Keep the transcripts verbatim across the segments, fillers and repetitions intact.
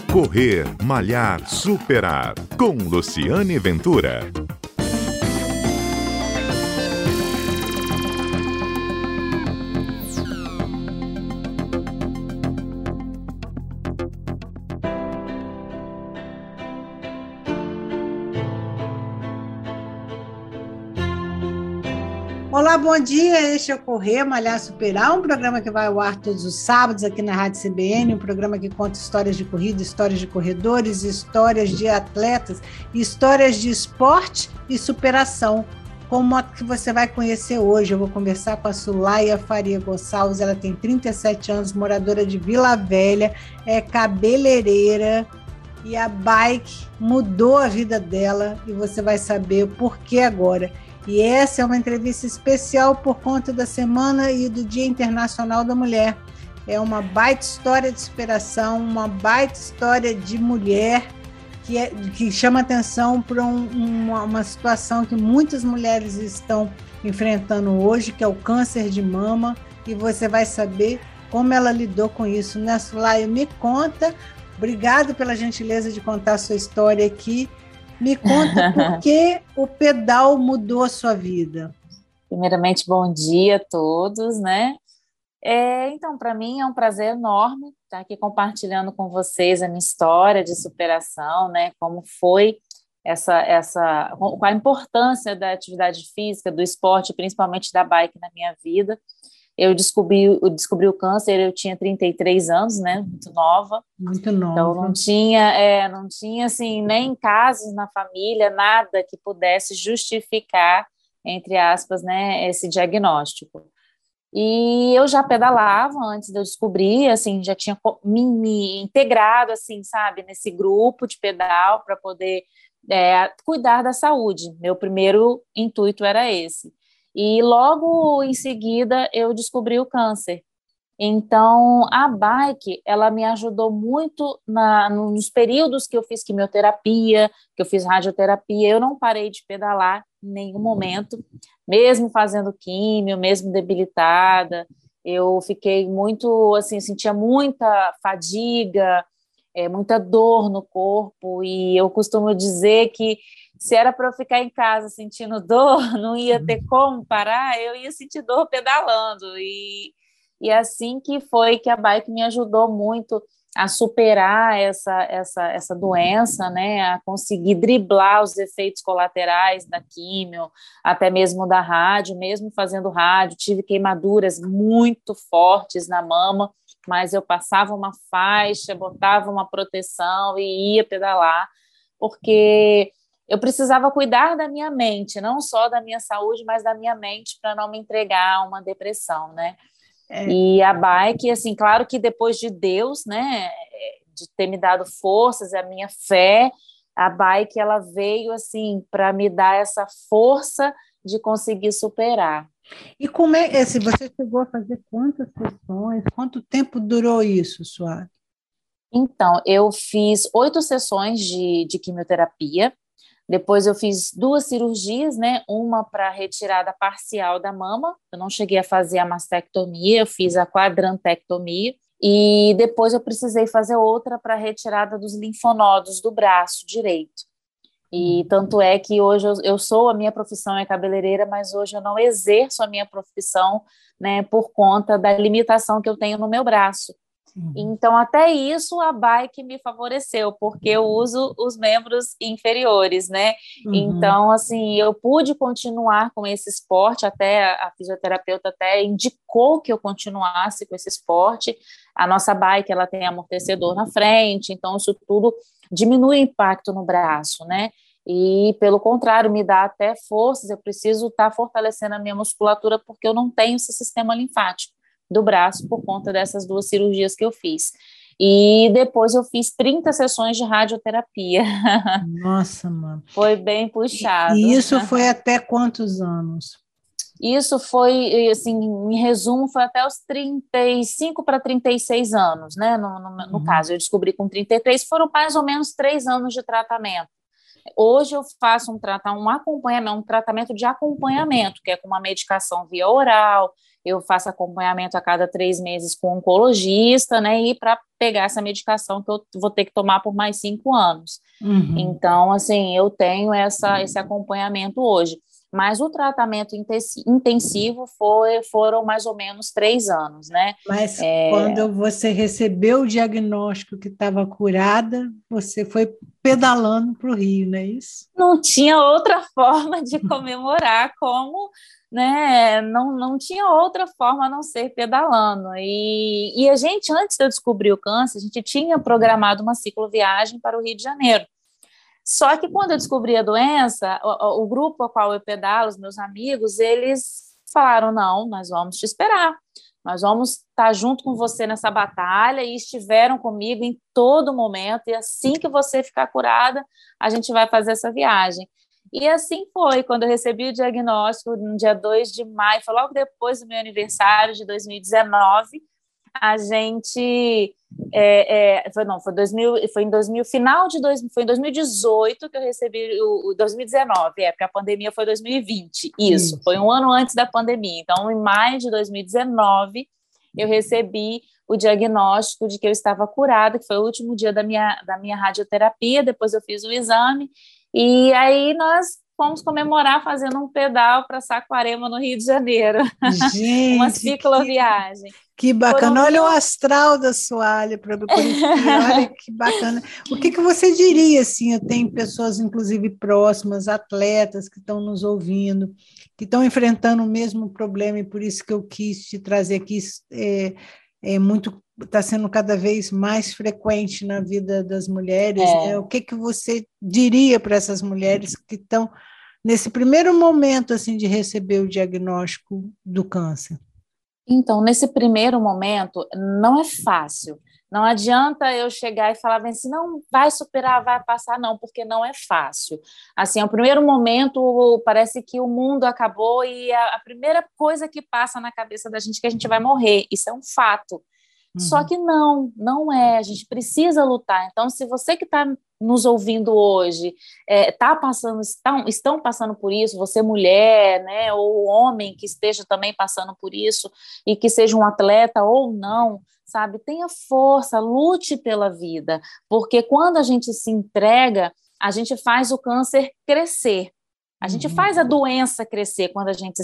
Correr, Malhar, Superar, com Luciane Ventura. Olá, bom dia, este é o Correr, Malhar, Superar, um programa que vai ao ar todos os sábados aqui na Rádio C B N, um programa que conta histórias de corrida, histórias de corredores, histórias de atletas, histórias de esporte e superação, como a que você vai conhecer hoje. Eu vou conversar com a Sulaia Faria Gonçalves, ela tem trinta e sete anos, moradora de Vila Velha, é cabeleireira, e a bike mudou a vida dela e você vai saber o porquê agora. E essa é uma entrevista especial por conta da semana e do Dia Internacional da Mulher. É uma baita história de superação, uma baita história de mulher que, é, que chama atenção para um, uma, uma situação que muitas mulheres estão enfrentando hoje, que é o câncer de mama, e você vai saber como ela lidou com isso. Né, Sulaia? Me conta. Obrigado pela gentileza de contar a sua história aqui. Me conta por que o pedal mudou a sua vida. Primeiramente, bom dia a todos, né? É, então, para mim é um prazer enorme estar aqui compartilhando com vocês a minha história de superação, né? Como foi essa, essa, qual a importância da atividade física, do esporte, principalmente da bike na minha vida. Eu descobri, eu descobri o câncer, eu tinha trinta e três anos, né, muito nova. Muito nova. Então, não tinha, é, não tinha, assim, nem casos na família, nada que pudesse justificar, entre aspas, né, esse diagnóstico. E eu já pedalava antes de eu descobrir, assim, já tinha me, me integrado, assim, sabe, nesse grupo de pedal para poder é, cuidar da saúde. Meu primeiro intuito era esse. E logo em seguida eu descobri o câncer. Então, a bike, ela me ajudou muito na, nos períodos que eu fiz quimioterapia, que eu fiz radioterapia. Eu não parei de pedalar em nenhum momento, mesmo fazendo químio, mesmo debilitada. Eu fiquei muito, assim, sentia muita fadiga, é, muita dor no corpo, e eu costumo dizer que se era para eu ficar em casa sentindo dor, não ia ter como parar, eu ia sentir dor pedalando. E, e assim que foi que a bike me ajudou muito a superar essa, essa, essa doença, né? A conseguir driblar os efeitos colaterais da químio, até mesmo da rádio, mesmo fazendo rádio, tive queimaduras muito fortes na mama, mas eu passava uma faixa, botava uma proteção e ia pedalar, porque eu precisava cuidar da minha mente, não só da minha saúde, mas da minha mente, para não me entregar a uma depressão, né? É. E a bike, assim, claro que depois de Deus, né, de ter me dado forças, a minha fé, a bike, ela veio, assim, para me dar essa força de conseguir superar. E como é, se você chegou a fazer quantas sessões, quanto tempo durou isso, Suave? Então, eu fiz oito sessões de, de quimioterapia. Depois eu fiz duas cirurgias, né? Uma para retirada parcial da mama. Eu não cheguei a fazer a mastectomia, eu fiz a quadrantectomia. E depois eu precisei fazer outra para retirada dos linfonodos do braço direito. E tanto é que hoje eu, eu sou, a minha profissão é cabeleireira, mas hoje eu não exerço a minha profissão, né, por conta da limitação que eu tenho no meu braço. Então, até isso a bike me favoreceu, porque eu uso os membros inferiores, né? Uhum. Então, assim, eu pude continuar com esse esporte, até a fisioterapeuta até indicou que eu continuasse com esse esporte. A nossa bike, ela tem amortecedor na frente, então isso tudo diminui o impacto no braço, né? E, pelo contrário, me dá até forças, eu preciso estar fortalecendo a minha musculatura, porque eu não tenho esse sistema linfático do braço por conta dessas duas cirurgias que eu fiz. E depois eu fiz trinta sessões de radioterapia. Nossa, mano. Foi bem puxado. E isso foi até quantos anos? Isso foi, assim, em resumo, foi até os trinta e cinco para trinta e seis anos, né? No, no, no uhum. caso, eu descobri com trinta e três, foram mais ou menos três anos de tratamento. Hoje eu faço um, trata, um acompanhamento, um tratamento de acompanhamento, que é com uma medicação via oral, eu faço acompanhamento a cada três meses com um oncologista, né, e para pegar essa medicação que eu vou ter que tomar por mais cinco anos. Uhum. Então, assim, eu tenho essa, esse acompanhamento hoje. Mas o tratamento intensivo foi, foram mais ou menos três anos, né? Mas é... quando você recebeu o diagnóstico que estava curada, você foi pedalando para o Rio, não é isso? Não tinha outra forma de comemorar, como, né? Não, não tinha outra forma a não ser pedalando. E, e a gente, antes de eu descobrir o câncer, a gente tinha programado uma cicloviagem para o Rio de Janeiro. Só que quando eu descobri a doença, o, o grupo ao qual eu pedalo, os meus amigos, eles falaram, não, nós vamos te esperar, nós vamos estar junto com você nessa batalha, e estiveram comigo em todo momento, e assim que você ficar curada, a gente vai fazer essa viagem. E assim foi, quando eu recebi o diagnóstico, no dia dois de maio, foi logo depois do meu aniversário de dois mil e dezenove, a gente é, é, foi não foi dois mil, foi em dois mil, final de dois, foi em dois mil e dezoito que eu recebi o, o dois mil e dezenove, é porque a pandemia foi dois mil e vinte, isso, isso, foi um ano antes da pandemia. Então, em maio de dois mil e dezenove, eu recebi o diagnóstico de que eu estava curada, que foi o último dia da minha da minha radioterapia. Depois eu fiz o exame e aí nós fomos comemorar fazendo um pedal para Saquarema, no Rio de Janeiro. Gente, uma cicloviagem. Que, que bacana. Olha mil... o astral da Soalha para conhecer. Olha que bacana. O que, que você diria, assim, eu tenho pessoas, inclusive, próximas, atletas que estão nos ouvindo, que estão enfrentando o mesmo problema, e por isso que eu quis te trazer aqui, é, é muito... está sendo cada vez mais frequente na vida das mulheres, é. Né? O que, que você diria para essas mulheres que estão nesse primeiro momento assim, de receber o diagnóstico do câncer? Então, nesse primeiro momento, não é fácil. Não adianta eu chegar e falar assim, não, vai superar, vai passar, não, porque não é fácil. Assim, ao primeiro momento, parece que o mundo acabou e a, a primeira coisa que passa na cabeça da gente é que a gente vai morrer. Isso é um fato. Só que não, não é, a gente precisa lutar. Então, se você que está nos ouvindo hoje é, tá passando, estão, estão passando por isso, você mulher, né, ou homem que esteja também passando por isso, e que seja um atleta ou não, sabe, tenha força, lute pela vida, porque quando a gente se entrega, a gente faz o câncer crescer. A gente faz a doença crescer quando a gente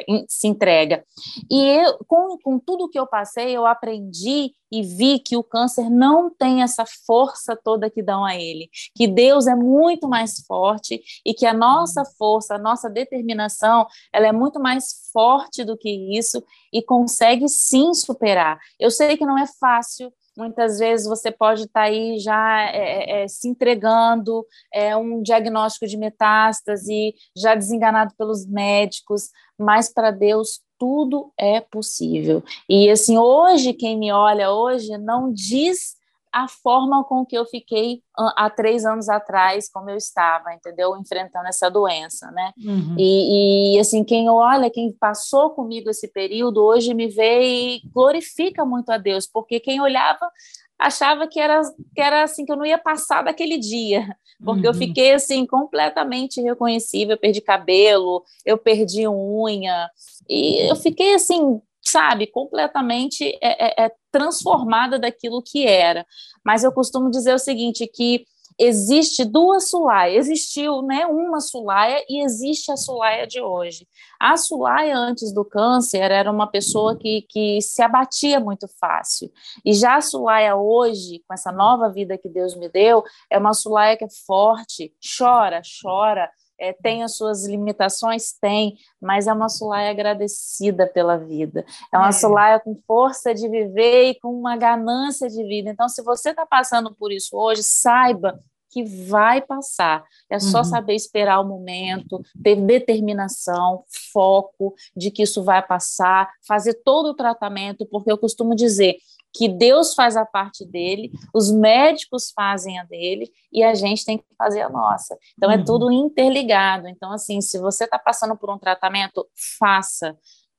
se entrega. E eu, com, com tudo que eu passei, eu aprendi e vi que o câncer não tem essa força toda que dão a ele, que Deus é muito mais forte e que a nossa força, a nossa determinação, ela é muito mais forte do que isso e consegue sim superar. Eu sei que não é fácil. Muitas vezes você pode estar aí já é, é, se entregando, é, um diagnóstico de metástase, já desenganado pelos médicos, mas para Deus tudo é possível. E assim, hoje, quem me olha hoje não diz a forma com que eu fiquei há três anos atrás, como eu estava, entendeu? Enfrentando essa doença, né? Uhum. E, e, assim, quem olha, quem passou comigo esse período, hoje me vê e glorifica muito a Deus, porque quem olhava achava que era, que era assim, que eu não ia passar daquele dia, porque uhum. eu fiquei, assim, completamente irreconhecível, eu perdi cabelo, eu perdi unha, e eu fiquei, assim, sabe, completamente é, é, é, transformada daquilo que era. Mas eu costumo dizer o seguinte, que existe duas Sulaias, existiu, né, uma Sulaia e existe a Sulaia de hoje. A Sulaia antes do câncer era uma pessoa que, que se abatia muito fácil, e já a Sulaia hoje, com essa nova vida que Deus me deu, é uma Sulaia que é forte, chora, chora, É, tem as suas limitações? Tem, mas é uma Sulaia agradecida pela vida, é uma é. Sulaia com força de viver e com uma ganância de vida. Então, se você está passando por isso hoje, saiba que vai passar, é só uhum. saber esperar o momento, ter determinação, foco de que isso vai passar, fazer todo o tratamento, porque eu costumo dizer que Deus faz a parte dele, os médicos fazem a dele e a gente tem que fazer a nossa. Então, uhum. é tudo interligado. Então, assim, se você está passando por um tratamento, faça.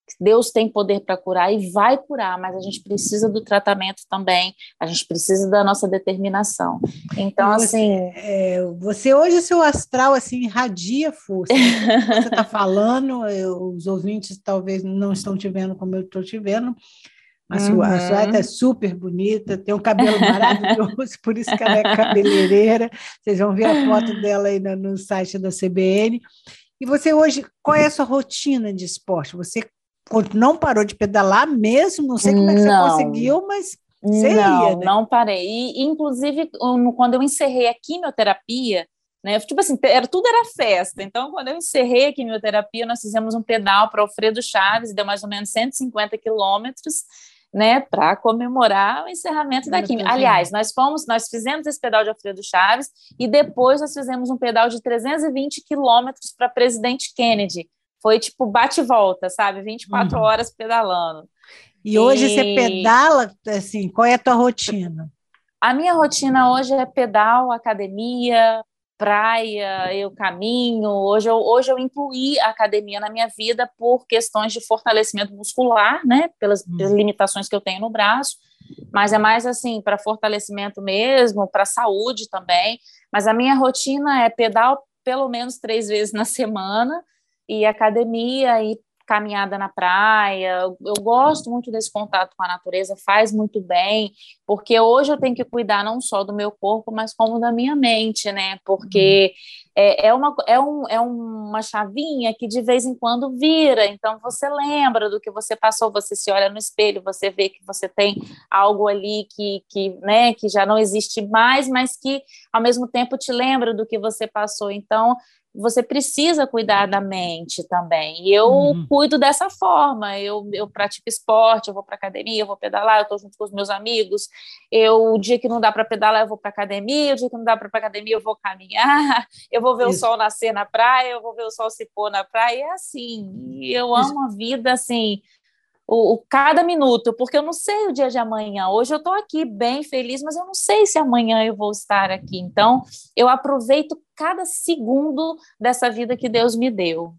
Deus tem poder para curar e vai curar, mas a gente precisa do tratamento também, a gente precisa da nossa determinação. Então, você, assim... É, você hoje, seu astral, assim, irradia força. Você está falando, eu, os ouvintes talvez não estão te vendo como eu estou te vendo, mas uhum. a Sueta é super bonita, tem um cabelo maravilhoso, por isso que ela é cabeleireira. Vocês vão ver a foto dela aí no, no site da C B N. E você hoje, qual é a sua rotina de esporte? Você não parou de pedalar mesmo? Não sei como é que não, você conseguiu, mas você não, ia, né? Não parei. E, inclusive, quando eu encerrei a quimioterapia, né, tipo assim, era, tudo era festa. Então, quando eu encerrei a quimioterapia, nós fizemos um pedal para Alfredo Chaves, deu mais ou menos cento e cinquenta quilômetros, né, para comemorar o encerramento da quimio. Aliás, nós fomos, nós fizemos esse pedal de Alfredo Chaves e depois nós fizemos um pedal de trezentos e vinte quilômetros para Presidente Kennedy. Foi tipo bate e volta, sabe? vinte e quatro uhum. horas pedalando. E hoje e... você pedala, assim, qual é a tua rotina? A minha rotina hoje é pedal, academia, praia, eu caminho. Hoje eu, hoje eu incluí a academia na minha vida por questões de fortalecimento muscular, né? Pelas, hum. pelas limitações que eu tenho no braço, mas é mais assim, para fortalecimento mesmo, para saúde também. Mas a minha rotina é pedal pelo menos três vezes na semana, e academia, e caminhada na praia. Eu, eu gosto muito desse contato com a natureza, faz muito bem, porque hoje eu tenho que cuidar não só do meu corpo, mas como da minha mente, né? Porque uhum. é, é, uma, é, um, é uma chavinha que de vez em quando vira, então você lembra do que você passou, você se olha no espelho, você vê que você tem algo ali que, que, né, que já não existe mais, mas que ao mesmo tempo te lembra do que você passou. Então você precisa cuidar da mente também, e eu uhum. cuido dessa forma, eu, eu pratico esporte, eu vou para academia, eu vou pedalar, eu estou junto com os meus amigos, eu, o dia que não dá para pedalar, eu vou para academia, o dia que não dá para academia, eu vou caminhar, eu vou ver Isso. o sol nascer na praia, eu vou ver o sol se pôr na praia, é assim, e eu Isso. amo a vida, assim, O, o, cada minuto, porque eu não sei o dia de amanhã. Hoje eu estou aqui bem feliz, mas eu não sei se amanhã eu vou estar aqui. Então, eu aproveito cada segundo dessa vida que Deus me deu.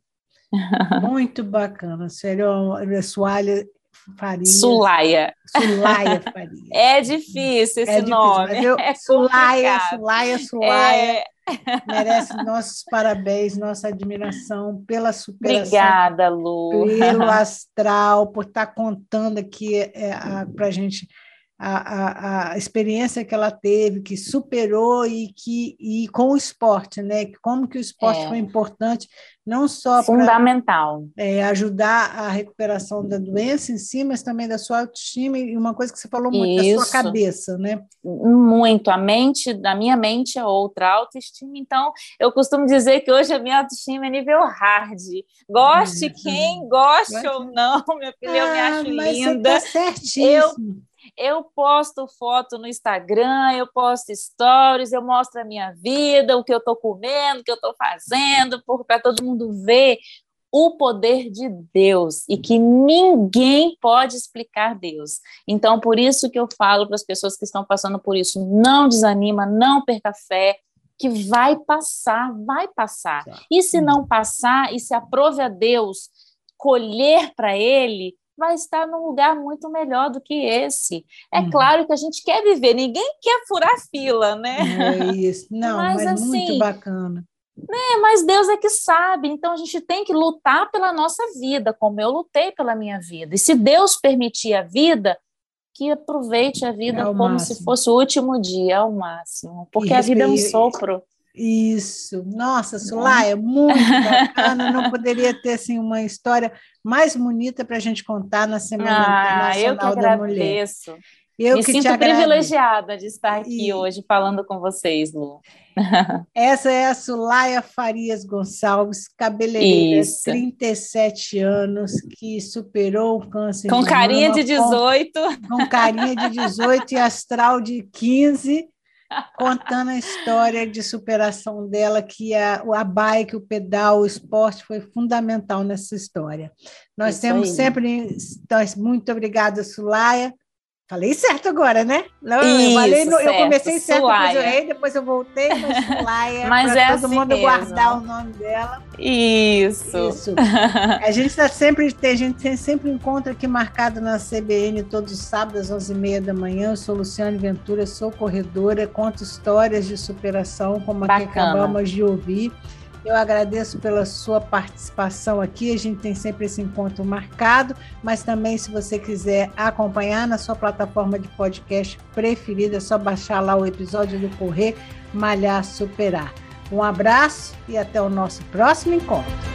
Muito bacana, sério, Suália Farias. Sulaia. Sulaia Farias. É difícil esse é difícil, nome. Mas eu, é Sulaia, Sulaia, Sulaia. É... merece nossos parabéns, nossa admiração pela superação. Obrigada, Lu. Pelo astral, por estar contando aqui é, para a gente a, a, a experiência que ela teve, que superou e que e com o esporte, né? Como que o esporte é. foi importante, não só para fundamental é, ajudar a recuperação da doença em si, mas também da sua autoestima, e uma coisa que você falou muito, Isso. da sua cabeça, né? Muito, a mente, da minha mente é outra, a autoestima, então eu costumo dizer que hoje a minha autoestima é nível hard, goste é. quem goste vai. ou não, minha filha, ah, eu me acho mas linda. Você tá certíssimo. Eu, eu posto foto no Instagram, eu posto stories, eu mostro a minha vida, o que eu estou comendo, o que eu estou fazendo, para todo mundo ver o poder de Deus, e que ninguém pode explicar Deus. Então, por isso que eu falo para as pessoas que estão passando por isso, não desanima, não perca fé, que vai passar, vai passar. E se não passar, e se aprove a Deus colher para Ele, vai estar num lugar muito melhor do que esse. É hum. claro que a gente quer viver, ninguém quer furar fila, né? É isso, não, mas, mas assim, muito bacana. Né, mas Deus é que sabe, então a gente tem que lutar pela nossa vida, como eu lutei pela minha vida. E se Deus permitir a vida, que aproveite a vida é como máximo. se fosse o último dia, ao máximo, porque e a vida é um sopro. Isso, nossa, Sulaia, é muito bacana, não poderia ter assim, uma história mais bonita para a gente contar na Semana ah, Internacional da Mulher. Eu Me que sinto privilegiada de estar aqui e... hoje falando com vocês, Lu. Essa é a Sulaia Farias Gonçalves, cabeleireira, Isso. trinta e sete anos, que superou o câncer com de carinha mama, de dezoito. Com, com carinha de dezoito e astral de quinze, contando a história de superação dela, que a, a bike, o pedal, o esporte foi fundamental nessa história. Nós Isso temos aí. sempre... Nós, muito obrigada, Sulaia. Falei certo agora, né? Não, Isso, eu, falei no, certo, eu comecei certo, Sulaia. depois eu errei, depois eu voltei, mas Sulaia, mas para é todo assim mundo mesmo. guardar o nome dela. Isso. Isso. A gente está sempre, a gente tem sempre encontro aqui marcado na C B N todos os sábados às onze e meia da manhã. Eu sou Luciane Ventura, sou corredora, conto histórias de superação, como a que acabamos de ouvir. Eu agradeço pela sua participação aqui, a gente tem sempre esse encontro marcado, mas também se você quiser acompanhar na sua plataforma de podcast preferida, é só baixar lá o episódio do Correr, Malhar, Superar. Um abraço e até o nosso próximo encontro.